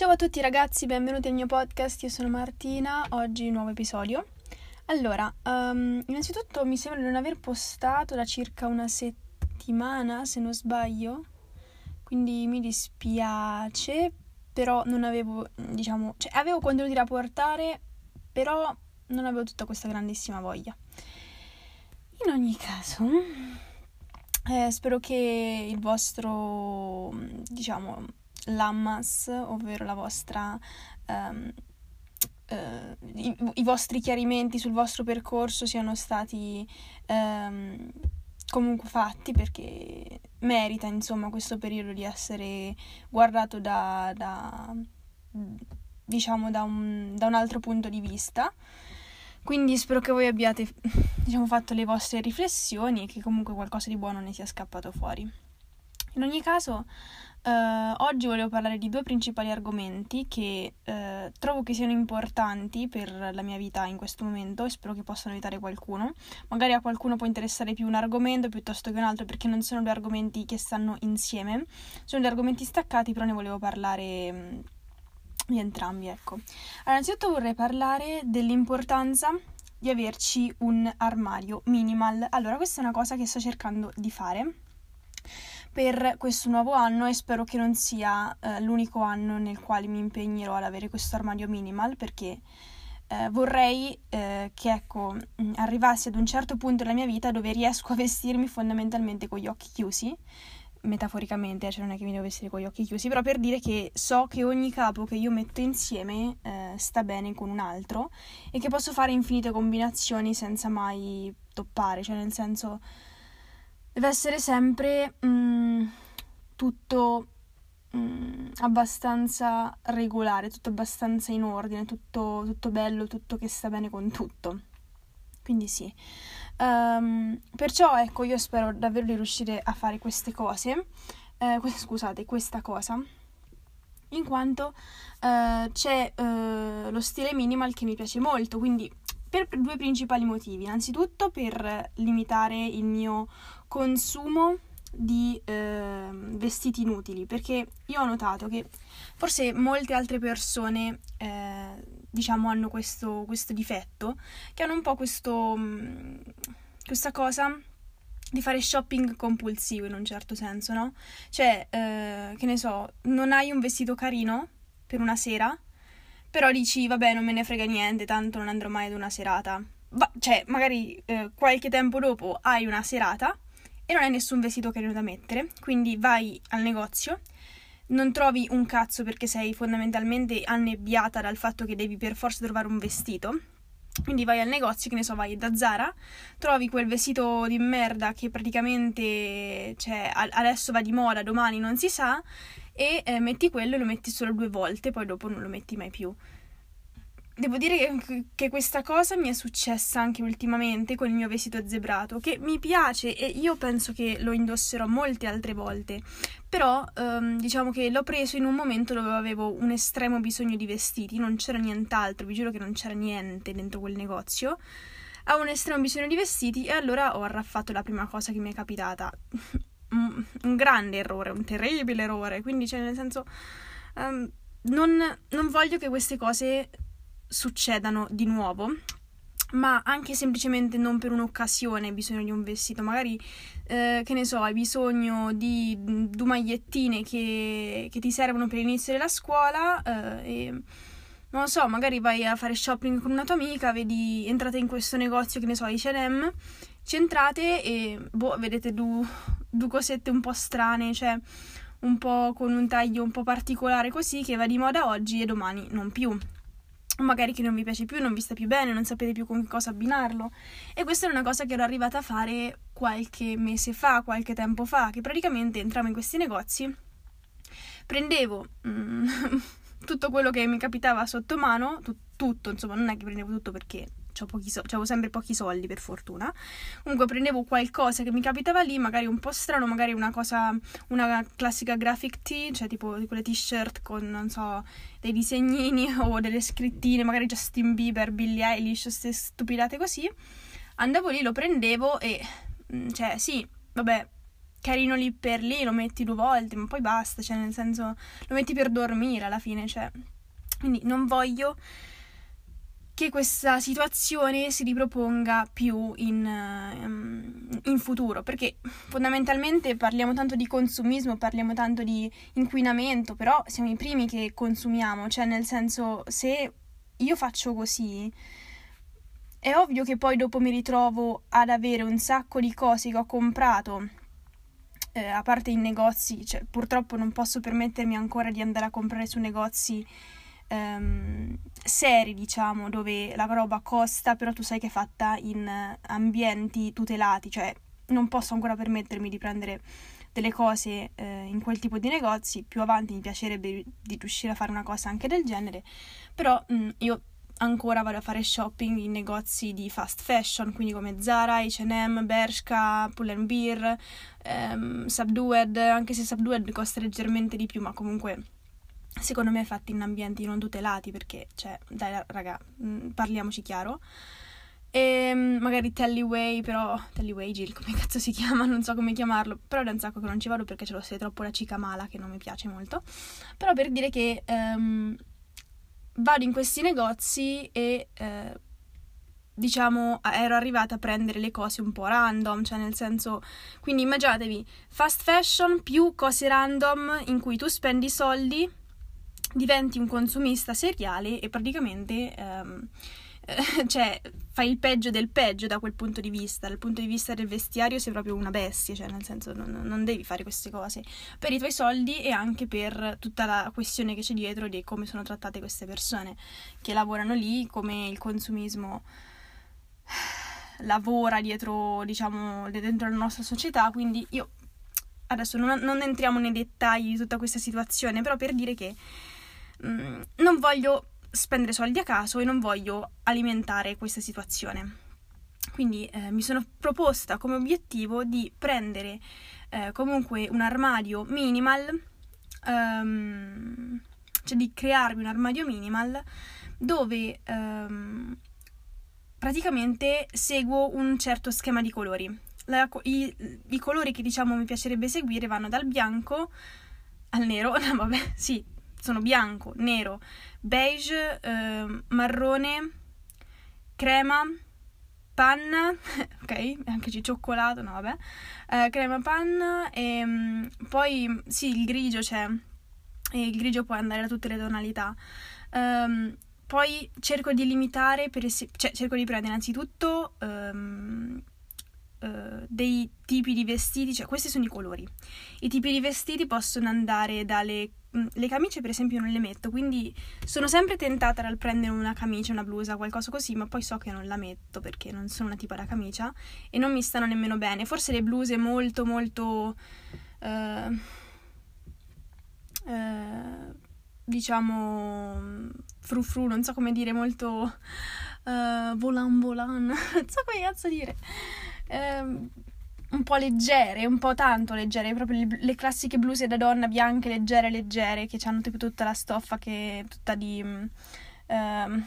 Ciao a tutti ragazzi, benvenuti al mio podcast, io sono Martina, oggi nuovo episodio. Allora, innanzitutto mi sembra di non aver postato da circa una settimana, se non sbaglio, quindi mi dispiace, però non avevo, avevo contenuti da portare, però non avevo tutta questa grandissima voglia. In ogni caso, spero che il vostro, l'AMMAS, ovvero la vostra i vostri chiarimenti sul vostro percorso siano stati comunque fatti, perché merita insomma questo periodo di essere guardato da un altro punto di vista. Quindi spero che voi abbiate fatto le vostre riflessioni e che comunque qualcosa di buono ne sia scappato fuori. In ogni caso, oggi volevo parlare di due principali argomenti che trovo che siano importanti per la mia vita in questo momento e spero che possano aiutare qualcuno. Magari a qualcuno può interessare più un argomento piuttosto che un altro, perché non sono due argomenti che stanno insieme, sono due argomenti staccati, però ne volevo parlare di entrambi, ecco. Allora, innanzitutto vorrei parlare dell'importanza di averci un armadio minimal. Allora, questa è una cosa che sto cercando di fare per questo nuovo anno e spero che non sia l'unico anno nel quale mi impegnerò ad avere questo armadio minimal, perché vorrei che arrivassi ad un certo punto della mia vita dove riesco a vestirmi fondamentalmente con gli occhi chiusi, metaforicamente, cioè non è che mi devo vestire con gli occhi chiusi, però per dire che so che ogni capo che io metto insieme sta bene con un altro e che posso fare infinite combinazioni senza mai toppare, cioè nel senso deve essere sempre tutto abbastanza regolare, tutto abbastanza in ordine, tutto bello, tutto che sta bene con tutto. Quindi sì. Perciò io spero davvero di riuscire a fare queste cose, questa cosa, in quanto c'è lo stile minimal che mi piace molto, quindi per due principali motivi. Innanzitutto per limitare il mio consumo di vestiti inutili, perché io ho notato che forse molte altre persone hanno questo difetto, che hanno un po' questa cosa di fare shopping compulsivo in un certo senso, no? Cioè, che ne so, non hai un vestito carino per una sera, però dici, vabbè, non me ne frega niente, tanto non andrò mai ad una serata. Magari qualche tempo dopo hai una serata e non hai nessun vestito carino da mettere, quindi vai al negozio, non trovi un cazzo perché sei fondamentalmente annebbiata dal fatto che devi per forza trovare un vestito. Quindi vai al negozio, che ne so, vai da Zara, trovi quel vestito di merda che praticamente adesso va di moda, domani non si sa, e metti quello e lo metti solo 2 volte, poi dopo non lo metti mai più. Devo dire che questa cosa mi è successa anche ultimamente con il mio vestito zebrato, che mi piace e io penso che lo indosserò molte altre volte, però che l'ho preso in un momento dove avevo un estremo bisogno di vestiti, non c'era nient'altro, vi giuro che non c'era niente dentro quel negozio, avevo un estremo bisogno di vestiti e allora ho arraffato la prima cosa che mi è capitata. Un grande errore, un terribile errore, quindi nel senso non voglio che queste cose succedano di nuovo, ma anche semplicemente non per un'occasione hai bisogno di un vestito, magari che ne so, hai bisogno di 2 magliettine che ti servono per l'inizio della scuola e non lo so, magari vai a fare shopping con una tua amica, entrate in questo negozio, che ne so, H&M, ci entrate e vedete due cosette un po' strane, cioè un po' con un taglio un po' particolare così, che va di moda oggi e domani non più. O magari che non vi piace più, non vi sta più bene, non sapete più con che cosa abbinarlo. E questa è una cosa che ero arrivata a fare qualche mese fa, qualche tempo fa, che praticamente entravo in questi negozi, prendevo tutto quello che mi capitava sotto mano, tutto, insomma, non è che prendevo tutto perché c'avevo sempre pochi soldi, per fortuna. Comunque prendevo qualcosa che mi capitava lì, magari un po' strano, magari una classica graphic tee, cioè tipo di quelle t-shirt con, non so, dei disegnini o delle scrittine, magari Justin Bieber, Billie Eilish, queste stupidate così. Andavo lì, lo prendevo e sì, vabbè, carino lì per lì, lo metti 2 volte, ma poi basta, cioè nel senso lo metti per dormire alla fine, cioè. Quindi non voglio che questa situazione si riproponga più in futuro, perché fondamentalmente parliamo tanto di consumismo, parliamo tanto di inquinamento, però siamo i primi che consumiamo, cioè nel senso, se io faccio così è ovvio che poi dopo mi ritrovo ad avere un sacco di cose che ho comprato, a parte in negozi, cioè purtroppo non posso permettermi ancora di andare a comprare su negozi seri, diciamo, dove la roba costa, però tu sai che è fatta in ambienti tutelati, cioè non posso ancora permettermi di prendere delle cose in quel tipo di negozi. Più avanti mi piacerebbe di riuscire a fare una cosa anche del genere, però io ancora vado a fare shopping in negozi di fast fashion, quindi come Zara, H&M, Bershka, Pull&Bear, Subdued, anche se Subdued costa leggermente di più, ma comunque secondo me è fatti in ambienti non tutelati, perché, cioè, dai raga, parliamoci chiaro. E magari Tellyway, Jill, come cazzo si chiama, non so come chiamarlo, però da un sacco che non ci vado perché ce lo sei troppo la cica mala, che non mi piace molto, però per dire che vado in questi negozi e diciamo ero arrivata a prendere le cose un po' random, cioè nel senso, quindi immaginatevi fast fashion più cose random in cui tu spendi soldi, diventi un consumista seriale e praticamente cioè fai il peggio del peggio da quel punto di vista. Dal punto di vista del vestiario sei proprio una bestia, cioè nel senso non devi fare queste cose per i tuoi soldi e anche per tutta la questione che c'è dietro di come sono trattate queste persone che lavorano lì, come il consumismo lavora dietro, diciamo, dentro la nostra società. Quindi io adesso non entriamo nei dettagli di tutta questa situazione, però per dire che non voglio spendere soldi a caso e non voglio alimentare questa situazione. Quindi mi sono proposta come obiettivo di prendere comunque un armadio minimal, cioè di crearmi un armadio minimal dove praticamente seguo un certo schema di colori. I colori che diciamo mi piacerebbe seguire vanno dal bianco al nero, no vabbè, sì, sono bianco, nero, beige, marrone, crema, panna, ok, anche cioccolato, no vabbè, crema, panna e poi sì, il grigio c'è, e il grigio può andare da tutte le tonalità. Poi cerco di limitare, cerco di prendere innanzitutto dei tipi di vestiti, cioè questi sono i colori. I tipi di vestiti possono andare dalle le camicie, per esempio, non le metto, quindi sono sempre tentata dal prendere una camicia, una blusa, qualcosa così, ma poi so che non la metto perché non sono una tipa da camicia e non mi stanno nemmeno bene. Forse le bluse molto molto diciamo frufru, non so come dire, molto volan, non so come cazzo dire, un po' leggere, un po' tanto leggere, proprio le classiche bluse da donna bianche leggere che hanno tipo tutta la stoffa che è tutta di non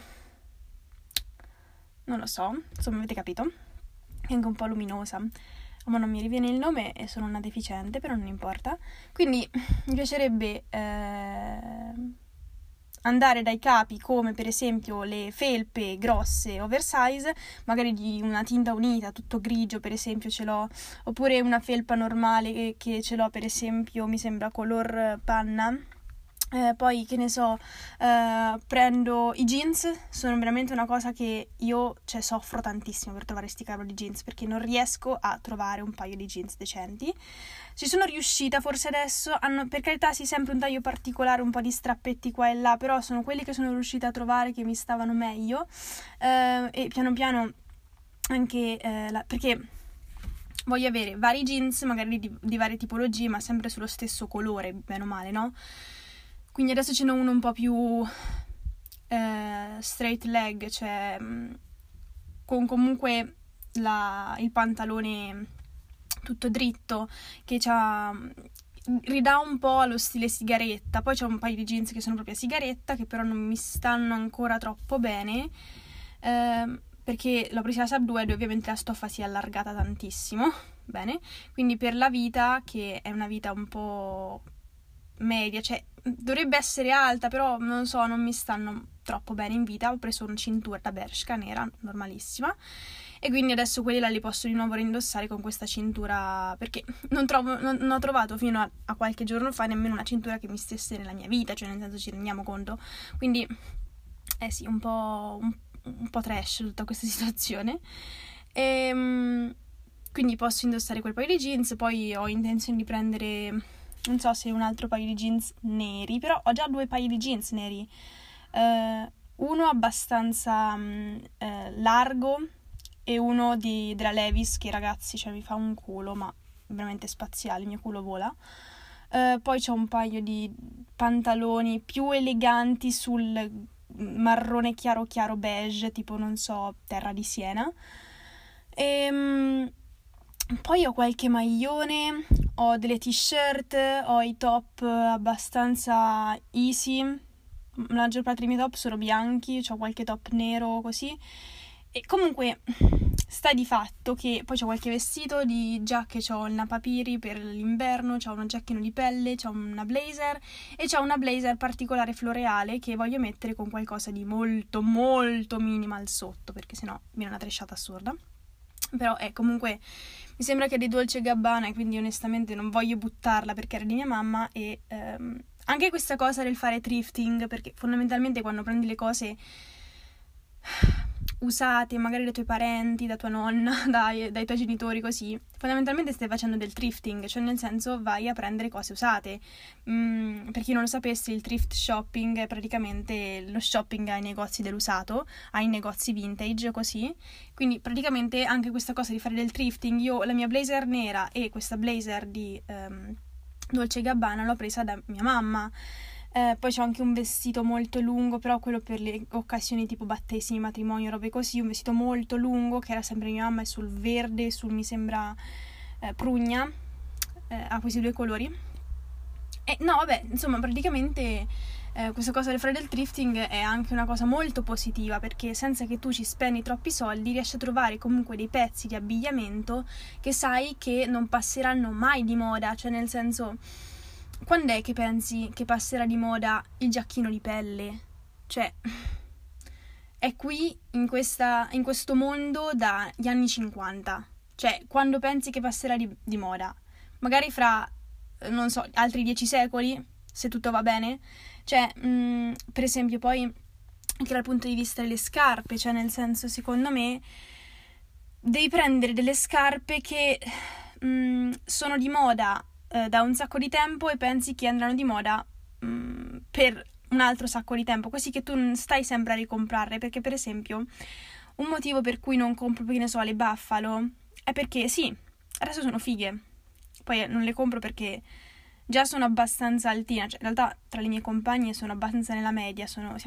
lo so, insomma avete capito, è anche un po' luminosa, ma non mi riviene il nome e sono una deficiente, però non importa. Quindi mi piacerebbe andare dai capi come per esempio le felpe grosse oversize, magari di una tinta unita, tutto grigio per esempio ce l'ho, oppure una felpa normale che ce l'ho per esempio, mi sembra color panna. Poi che ne so, prendo i jeans, sono veramente una cosa che io soffro tantissimo per trovare sti cavoli di jeans, perché non riesco a trovare un paio di jeans decenti. Ci sono riuscita, forse adesso hanno, per carità, sì, sempre un taglio particolare, un po' di strappetti qua e là, però sono quelli che sono riuscita a trovare che mi stavano meglio, e piano piano anche perché voglio avere vari jeans magari di varie tipologie, ma sempre sullo stesso colore, bene o male, no? Quindi adesso ce n'è uno un po' più straight leg, cioè con comunque il pantalone tutto dritto, che ridà un po' allo stile sigaretta. Poi c'è un paio di jeans che sono proprio a sigaretta, che però non mi stanno ancora troppo bene, perché l'ho presa da Subdued e ovviamente la stoffa si è allargata tantissimo, bene, quindi per la vita, che è una vita un po' media, cioè dovrebbe essere alta, però non so, non mi stanno troppo bene in vita, ho preso una cintura da Bershka nera, normalissima, e quindi adesso quelli là li posso di nuovo rindossare con questa cintura, perché non ho trovato fino a qualche giorno fa nemmeno una cintura che mi stesse nella mia vita, cioè nel senso, ci rendiamo conto, quindi sì, un po' trash tutta questa situazione. Quindi posso indossare quel paio di jeans, poi ho intenzione di prendere, non so se un altro paio di jeans neri, però ho già 2 paio di jeans neri, uno abbastanza largo e uno della Levi's, che ragazzi, cioè mi fa un culo, ma veramente spaziale, il mio culo vola. Poi c'ho un paio di pantaloni più eleganti sul marrone chiaro beige, tipo, non so, terra di Siena. Poi ho qualche maglione, ho delle t-shirt, ho i top abbastanza easy, la maggior parte dei miei top sono bianchi, ho qualche top nero così, e comunque sta di fatto che poi c'ho qualche vestito di giacche, c'ho il napapiri per l'inverno, c'ho uno giacchino di pelle, c'ho una blazer e c'ho una blazer particolare floreale che voglio mettere con qualcosa di molto molto minimal sotto, perché sennò viene una tresciata assurda. Però comunque mi sembra che è di Dolce & Gabbana, e quindi onestamente non voglio buttarla perché era di mia mamma, e anche questa cosa del fare thrifting, perché fondamentalmente quando prendi le cose usate, magari dai tuoi parenti, da tua nonna, dai tuoi genitori, così, fondamentalmente stai facendo del thrifting, cioè nel senso vai a prendere cose usate. Per chi non lo sapesse, il thrift shopping è praticamente lo shopping ai negozi dell'usato, ai negozi vintage, così. Quindi praticamente anche questa cosa di fare del thrifting, io la mia blazer nera e questa blazer di Dolce & Gabbana l'ho presa da mia mamma. Poi c'ho anche un vestito molto lungo, però quello per le occasioni tipo battesimi, matrimonio, robe così, un vestito molto lungo che era sempre di mia mamma, e sul verde, mi sembra prugna, ha questi 2 colori. E no, vabbè, insomma, praticamente questa cosa del fare del thrifting è anche una cosa molto positiva, perché senza che tu ci spendi troppi soldi riesci a trovare comunque dei pezzi di abbigliamento che sai che non passeranno mai di moda, cioè nel senso, quando è che pensi che passerà di moda il giacchino di pelle? Cioè, è qui in questo mondo dagli anni 50. Cioè, quando pensi che passerà di moda? Magari fra, non so, altri 10 secoli, se tutto va bene? Cioè, per esempio, poi anche dal punto di vista delle scarpe, cioè nel senso, secondo me devi prendere delle scarpe che sono di moda da un sacco di tempo, e pensi che andranno di moda per un altro sacco di tempo, così che tu non stai sempre a ricomprarle. Perché per esempio un motivo per cui non compro, che ne so, le Buffalo, è perché sì, adesso sono fighe, poi non le compro perché già sono abbastanza altina, cioè in realtà tra le mie compagne sono abbastanza nella media, siamo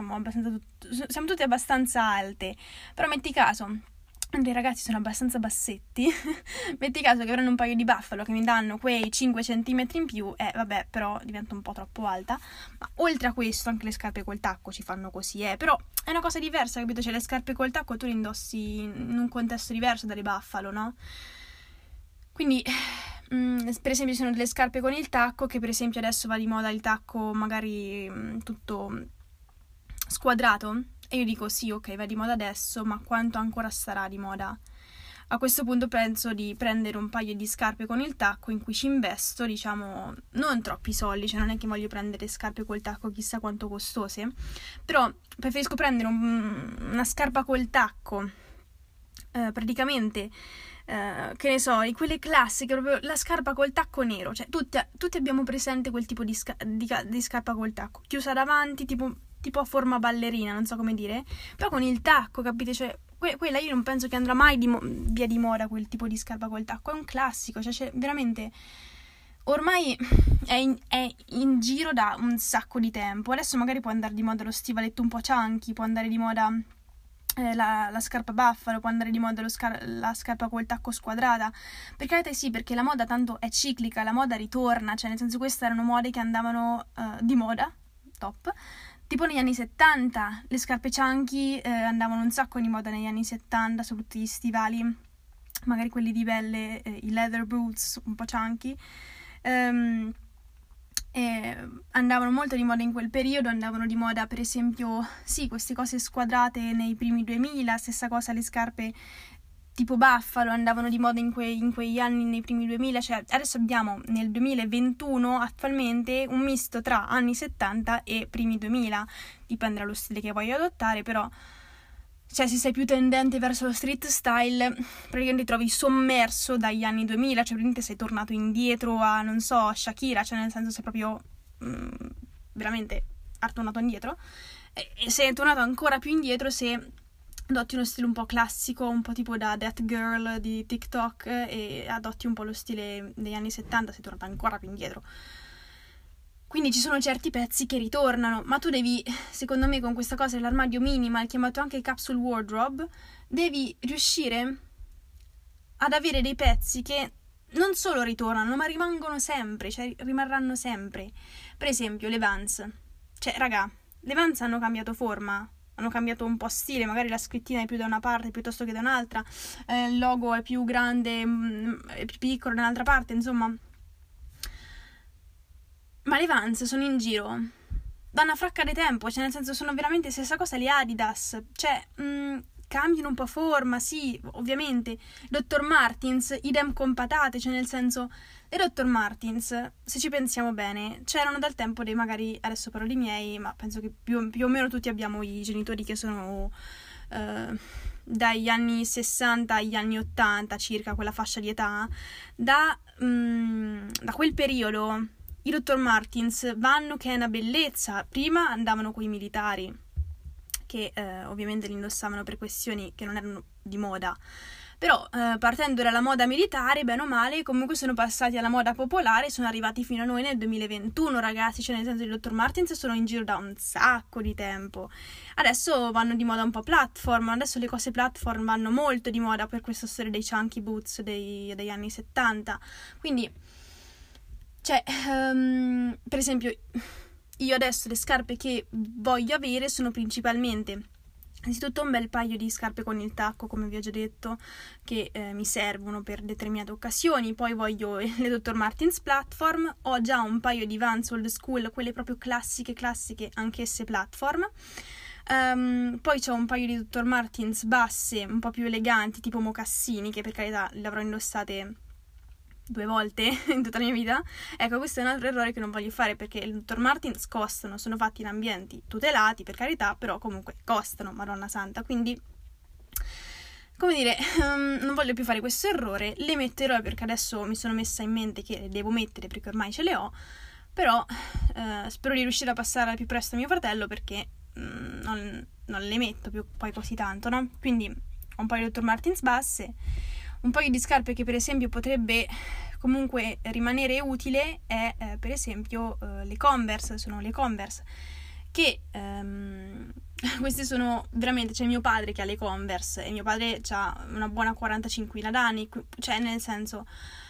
tutte abbastanza alte, però metti caso i ragazzi sono abbastanza bassetti, metti caso che avranno un paio di Buffalo che mi danno quei 5 cm in più, vabbè, però divento un po' troppo alta. Ma oltre a questo anche le scarpe col tacco ci fanno così, però è una cosa diversa, capito? Cioè le scarpe col tacco tu le indossi in un contesto diverso dalle Buffalo, no? Quindi per esempio ci sono delle scarpe con il tacco, che per esempio adesso va di moda il tacco magari tutto squadrato, e io dico sì, ok, va di moda adesso, ma quanto ancora starà di moda? A questo punto penso di prendere un paio di scarpe con il tacco in cui ci investo, diciamo, non troppi soldi, cioè non è che voglio prendere scarpe col tacco chissà quanto costose, però preferisco prendere una scarpa col tacco, praticamente, che ne so, di quelle classiche, proprio la scarpa col tacco nero, cioè tutti abbiamo presente quel tipo di scarpa col tacco, chiusa davanti, tipo a forma ballerina, non so come dire, però con il tacco, capite? Cioè, quella io non penso che andrà mai via di moda, quel tipo di scarpa col tacco, è un classico, cioè c'è veramente, ormai è in giro da un sacco di tempo. Adesso magari può andare di moda lo stivaletto un po' chunky, può andare di moda la scarpa Buffalo, può andare di moda la scarpa col tacco squadrata, perché sì, perché la moda tanto è ciclica, la moda ritorna, cioè nel senso, queste erano mode che andavano di moda, top, tipo negli anni 70, le scarpe chunky andavano un sacco di moda negli anni 70, soprattutto gli stivali magari quelli di pelle, i leather boots un po' chunky, andavano molto di moda in quel periodo. Andavano di moda, per esempio, sì, queste cose squadrate nei primi 2000, stessa cosa le scarpe tipo Buffalo andavano di moda in quegli anni, nei primi 2000, cioè adesso abbiamo nel 2021 attualmente un misto tra anni 70 e primi 2000, dipende dallo stile che vuoi adottare, però cioè se sei più tendente verso lo street style praticamente ti trovi sommerso dagli anni 2000, cioè praticamente sei tornato indietro a, non so, Shakira, cioè nel senso sei proprio veramente tornato indietro, e sei tornato ancora più indietro se adotti uno stile un po' classico, un po' tipo da That Girl di TikTok, e adotti un po' lo stile degli anni 70, sei tornata ancora più indietro. Quindi ci sono certi pezzi che ritornano, ma tu devi, secondo me, con questa cosa dell'armadio minimal, chiamato anche capsule wardrobe, devi riuscire ad avere dei pezzi che non solo ritornano, ma rimangono sempre, cioè rimarranno sempre. Per esempio, le Vans. Cioè, raga, le Vans hanno cambiato forma, hanno cambiato un po' stile, magari la scrittina è più da una parte piuttosto che da un'altra, il logo è più grande, è più piccolo da un'altra parte, insomma. Ma le Vans sono in giro da una fracca di tempo, cioè nel senso sono veramente stessa cosa le Adidas, cioè cambiano un po' forma, sì, ovviamente. Dr. Martens, idem con patate, cioè nel senso, le Dr. Martens, se ci pensiamo bene, c'erano dal tempo dei, magari, adesso parlo di miei, ma penso che più o meno tutti abbiamo i genitori che sono dagli anni 60 agli anni 80, circa quella fascia di età. Da quel periodo i Dr. Martens vanno che è una bellezza. Prima andavano coi militari, che ovviamente li indossavano per questioni che non erano di moda, però partendo dalla moda militare, bene o male, comunque sono passati alla moda popolare e sono arrivati fino a noi nel 2021, ragazzi, cioè nel senso i Dr. Martens sono in giro da un sacco di tempo. Adesso vanno di moda un po' platform, adesso le cose platform vanno molto di moda per questa storia dei chunky boots degli anni 70, quindi cioè, per esempio, io adesso le scarpe che voglio avere sono principalmente, innanzitutto, un bel paio di scarpe con il tacco, come vi ho già detto, che mi servono per determinate occasioni. Poi voglio le Dr. Martens platform, ho già un paio di Vans old school, quelle proprio classiche, anch'esse platform. Poi c'ho un paio di Dr. Martens basse, un po' più eleganti, tipo mocassini, che per carità le avrò indossate 2 volte in tutta la mia vita. Ecco, questo è un altro errore che non voglio fare, perché i Dr. Martens costano, sono fatti in ambienti tutelati, per carità, però comunque costano, madonna santa, quindi come dire, non voglio più fare questo errore. Le metterò perché adesso mi sono messa in mente che le devo mettere, perché ormai ce le ho, però spero di riuscire a passare al più presto a mio fratello, perché non le metto più poi così tanto, no? Quindi ho un paio di Dr. Martens basse, un paio di scarpe che per esempio potrebbe comunque rimanere utile è per esempio le Converse, sono le Converse che queste sono veramente, c'è mio padre che ha le Converse e mio padre ha una buona 45 d'anni, cioè nel senso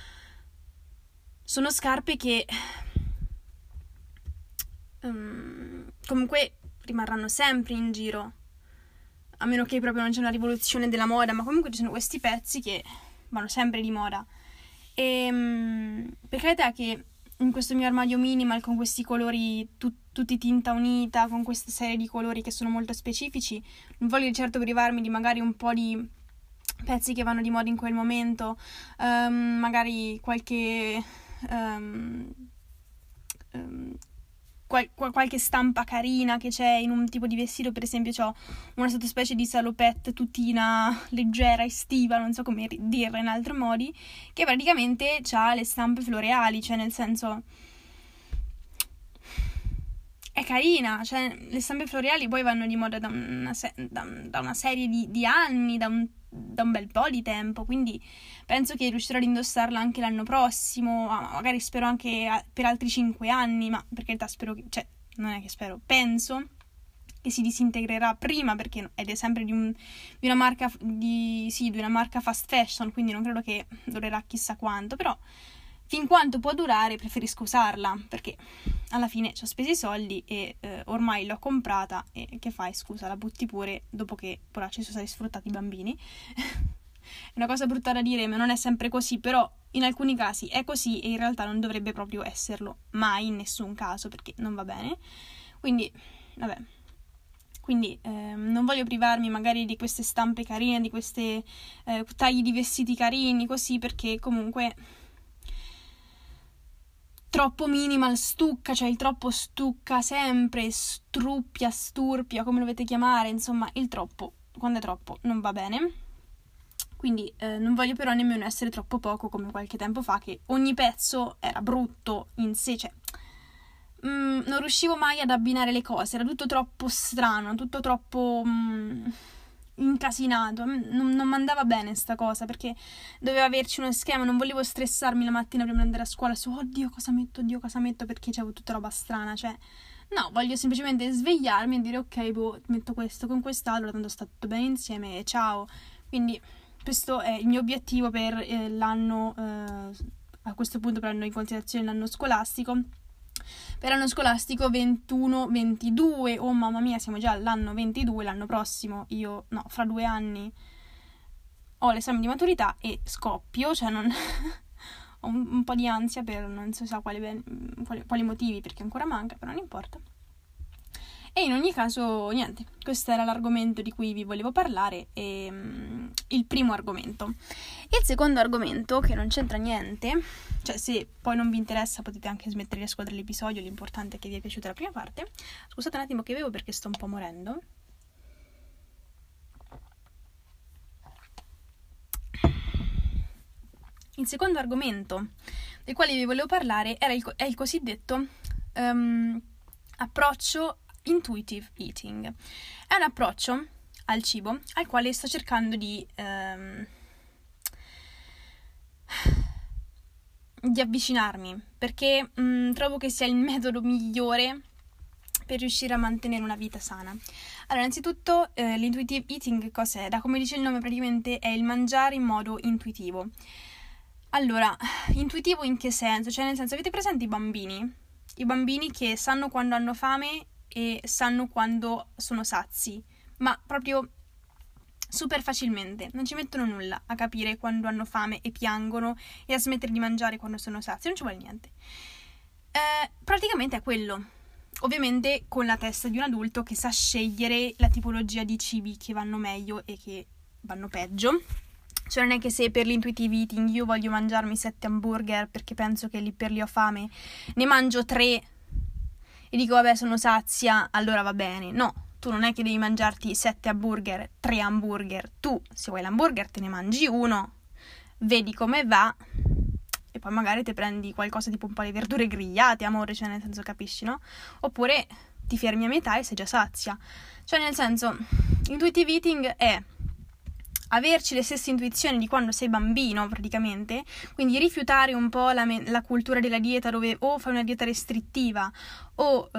sono scarpe che comunque rimarranno sempre in giro, a meno che proprio non c'è una rivoluzione della moda, ma comunque ci sono questi pezzi che vanno sempre di moda. E per carità che in questo mio armadio minimal, con questi colori tutti tinta unita, con questa serie di colori che sono molto specifici, non voglio certo privarmi di magari un po' di pezzi che vanno di moda in quel momento, magari qualche qualche stampa carina che c'è in un tipo di vestito. Per esempio c'ho una sottospecie di salopette tutina leggera, estiva, non so come dirla in altri modi, che praticamente c'ha le stampe floreali, cioè nel senso è carina, cioè le stampe floreali poi vanno di moda da una serie di anni, da un bel po' di tempo, quindi penso che riuscirò ad indossarla anche l'anno prossimo, magari spero anche per altri 5 anni, ma per carità spero che, cioè non è che spero, penso che si disintegrerà prima, perché ed è sempre di una marca di una marca fast fashion, quindi non credo che durerà chissà quanto, però fin quanto può durare preferisco usarla, perché alla fine ci ho speso i soldi e ormai l'ho comprata, e che fai, scusa, la butti pure dopo che ci sono stati sfruttati i bambini. È una cosa brutta da dire, ma non è sempre così, però in alcuni casi è così e in realtà non dovrebbe proprio esserlo, mai, in nessun caso, perché non va bene. Quindi, vabbè. Quindi non voglio privarmi magari di queste stampe carine, di questi tagli di vestiti carini, così, perché comunque troppo minimal stucca, cioè il troppo stucca sempre, struppia, sturpia, come lo volete chiamare, insomma, il troppo, quando è troppo, non va bene. Quindi non voglio però nemmeno essere troppo poco, come qualche tempo fa, che ogni pezzo era brutto in sé, cioè non riuscivo mai ad abbinare le cose, era tutto troppo strano, tutto troppo incasinato, non mandava bene sta cosa, perché doveva averci uno schema, non volevo stressarmi la mattina prima di andare a scuola su oddio cosa metto, perché c'avevo tutta roba strana, cioè no, voglio semplicemente svegliarmi e dire ok, metto questo con quest'altro, tanto sta tutto bene insieme e ciao. Quindi questo è il mio obiettivo per l'anno, a questo punto prendo in considerazione l'anno scolastico. Per l'anno scolastico 21-22, oh mamma mia, siamo già all'anno 22, l'anno prossimo fra 2 anni ho l'esame di maturità e scoppio, cioè non ho un po' di ansia per non so quali motivi, perché ancora manca, però non importa. E in ogni caso, niente, questo era l'argomento di cui vi volevo parlare, il primo argomento. Il secondo argomento, che non c'entra niente, cioè se poi non vi interessa potete anche smettere di ascoltare l'episodio, l'importante è che vi è piaciuta la prima parte. Scusate un attimo che bevo perché sto un po' morendo. Il secondo argomento del quale vi volevo parlare è il cosiddetto approccio intuitive eating. È un approccio al cibo al quale sto cercando di avvicinarmi, perché trovo che sia il metodo migliore per riuscire a mantenere una vita sana. Allora, innanzitutto l'intuitive eating cos'è? Da come dice il nome, praticamente è il mangiare in modo intuitivo. Allora, intuitivo in che senso? Cioè, nel senso, avete presente i bambini? I bambini che sanno quando hanno fame e sanno quando sono sazi, ma proprio super facilmente, non ci mettono nulla a capire quando hanno fame e piangono e a smettere di mangiare quando sono sazi, non ci vuole niente. Praticamente è quello, ovviamente con la testa di un adulto che sa scegliere la tipologia di cibi che vanno meglio e che vanno peggio. Cioè non è che se per l'intuitive eating io voglio mangiarmi 7 hamburger perché penso che lì per lì ho fame, ne mangio 3 e dico vabbè sono sazia, allora va bene. No, tu non è che devi mangiarti 7 hamburger, 3 hamburger. Tu se vuoi l'hamburger te ne mangi uno, vedi come va e poi magari ti prendi qualcosa tipo un po' di verdure grigliate, amore, cioè nel senso capisci, no? Oppure ti fermi a metà e sei già sazia. Cioè nel senso, intuitive eating è averci le stesse intuizioni di quando sei bambino praticamente, quindi rifiutare un po' la cultura della dieta dove o fai una dieta restrittiva o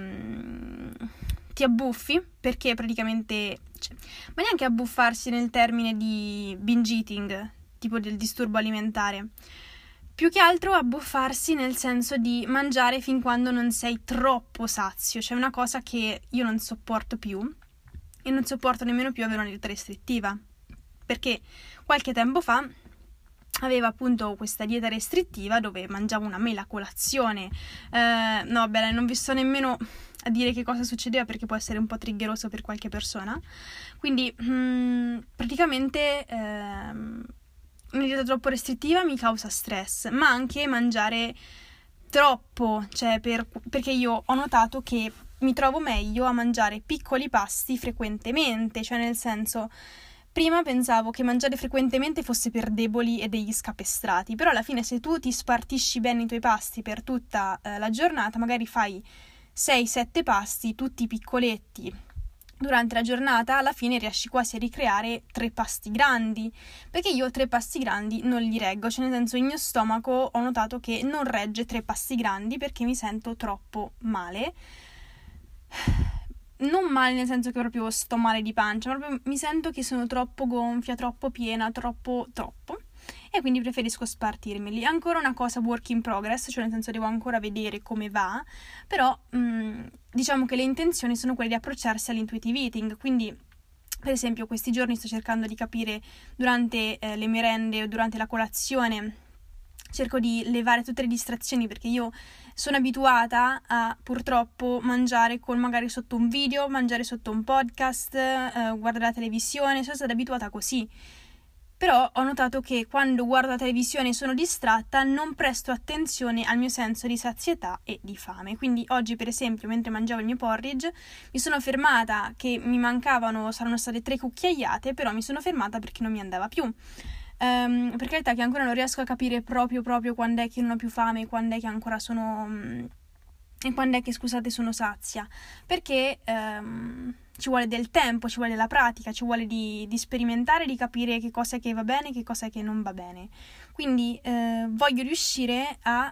ti abbuffi, perché praticamente ma neanche abbuffarsi nel termine di binge eating, tipo del disturbo alimentare, più che altro abbuffarsi nel senso di mangiare fin quando non sei troppo sazio, cioè una cosa che io non sopporto più e non sopporto nemmeno più avere una dieta restrittiva. Perché qualche tempo fa aveva appunto questa dieta restrittiva dove mangiavo una mela a colazione. No, bene, non vi sto nemmeno a dire che cosa succedeva perché può essere un po' triggeroso per qualche persona. Quindi praticamente una dieta troppo restrittiva mi causa stress, ma anche mangiare troppo, cioè perché io ho notato che mi trovo meglio a mangiare piccoli pasti frequentemente, cioè nel senso, prima pensavo che mangiare frequentemente fosse per deboli e degli scapestrati, però alla fine se tu ti spartisci bene i tuoi pasti per tutta la giornata, magari fai 6-7 pasti, tutti piccoletti, durante la giornata, alla fine riesci quasi a ricreare 3 pasti grandi, perché io 3 pasti grandi non li reggo, cioè nel senso il mio stomaco ho notato che non regge 3 pasti grandi perché mi sento troppo male. Non male nel senso che proprio sto male di pancia, proprio mi sento che sono troppo gonfia, troppo piena, troppo e quindi preferisco spartirmeli. È ancora una cosa work in progress, cioè nel senso devo ancora vedere come va, però diciamo che le intenzioni sono quelle di approcciarsi all'intuitive eating, quindi Per esempio, questi giorni sto cercando di capire durante le merende o durante la colazione, cerco di levare tutte le distrazioni, perché io sono abituata a purtroppo mangiare con magari sotto un video, mangiare sotto un podcast, guardare la televisione, sono stata abituata così. Però ho notato che quando guardo la televisione e sono distratta non presto attenzione al mio senso di sazietà e di fame. Quindi oggi, per esempio, mentre mangiavo il mio porridge, mi sono fermata, che mi mancavano, saranno state 3 cucchiaiate, però mi sono fermata perché non mi andava più. Per carità che ancora non riesco a capire proprio quando è che non ho più fame, quando è che ancora sono... e quando è che, scusate, sono sazia. Perché... ci vuole del tempo, ci vuole della pratica, ci vuole di sperimentare, di capire che cosa è che va bene e che cosa è che non va bene. Quindi voglio riuscire a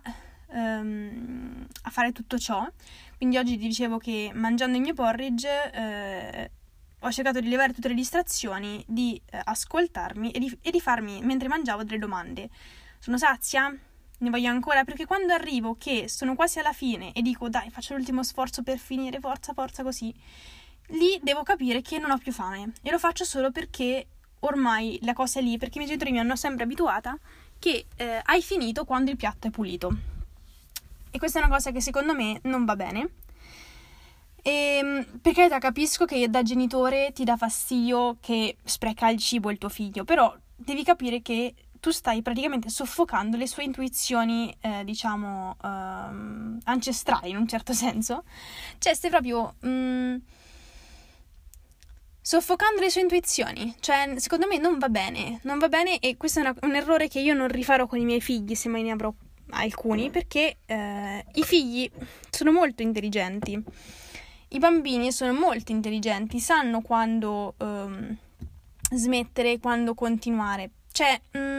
fare tutto ciò. Quindi oggi ti dicevo che mangiando il mio porridge ho cercato di levare tutte le distrazioni, di ascoltarmi e di farmi, mentre mangiavo, delle domande. Sono sazia? Ne voglio ancora? Perché quando arrivo che sono quasi alla fine e dico dai, faccio l'ultimo sforzo per finire, forza così, lì devo capire che non ho più fame, e lo faccio solo perché ormai la cosa è lì, perché i miei genitori mi hanno sempre abituata che hai finito quando il piatto è pulito, e questa è una cosa che secondo me non va bene. Perché capisco che da genitore ti dà fastidio che spreca il cibo il tuo figlio, però devi capire che tu stai praticamente soffocando le sue intuizioni, ancestrali in un certo senso. Cioè stai proprio soffocando le sue intuizioni. Cioè, secondo me non va bene, e questo è un errore che io non rifarò con i miei figli, se mai ne avrò alcuni, perché i figli sono molto intelligenti. I bambini sono molto intelligenti, sanno quando smettere, quando continuare. Cioè,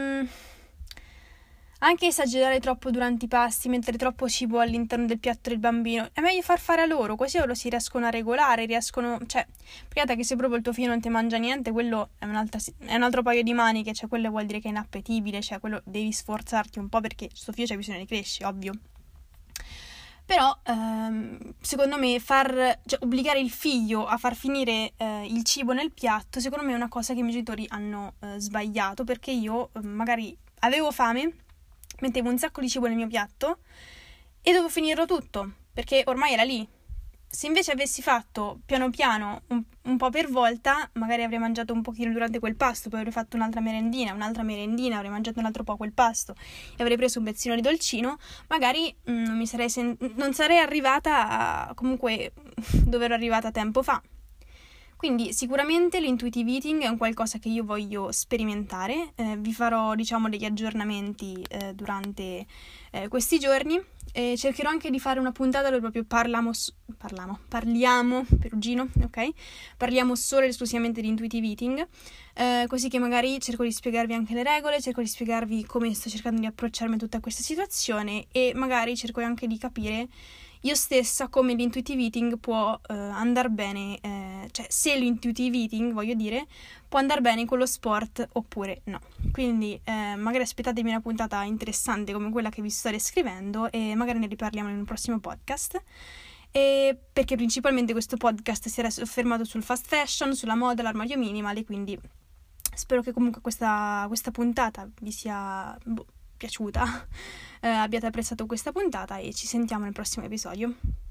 anche esagerare troppo durante i pasti, mettere troppo cibo all'interno del piatto del bambino, è meglio far fare a loro, così loro si riescono a regolare, cioè, perché che se proprio il tuo figlio non ti mangia niente, quello è un altro paio di maniche, cioè quello vuol dire che è inappetibile, cioè quello devi sforzarti un po', perché suo figlio c'ha bisogno di crescere, ovvio. Però, secondo me, obbligare il figlio a far finire il cibo nel piatto, secondo me è una cosa che i miei genitori hanno sbagliato, perché io magari avevo fame, mettevo un sacco di cibo nel mio piatto e dovevo finirlo tutto, perché ormai era lì. Se invece avessi fatto piano piano, un po' per volta, magari avrei mangiato un pochino durante quel pasto, poi avrei fatto un'altra merendina, avrei mangiato un altro po' quel pasto e avrei preso un pezzino di dolcino, magari non sarei arrivata a comunque dove ero arrivata tempo fa. Quindi sicuramente l'intuitive eating è un qualcosa che io voglio sperimentare, vi farò degli aggiornamenti durante questi giorni, e cercherò anche di fare una puntata dove proprio parliamo perugino, ok? Parliamo solo ed esclusivamente di intuitive eating, così che magari cerco di spiegarvi anche le regole, cerco di spiegarvi come sto cercando di approcciarmi a tutta questa situazione, e magari cerco anche di capire io stessa come l'intuitive eating può andare bene, cioè se l'intuitive eating, voglio dire, può andare bene con lo sport oppure no. Quindi magari aspettatevi una puntata interessante come quella che vi sto descrivendo, e magari ne riparliamo in un prossimo podcast. E perché principalmente questo podcast si era soffermato sul fast fashion, sulla moda, l'armadio minimal, e quindi spero che comunque questa puntata vi sia piaciuta, abbiate apprezzato questa puntata, e ci sentiamo nel prossimo episodio.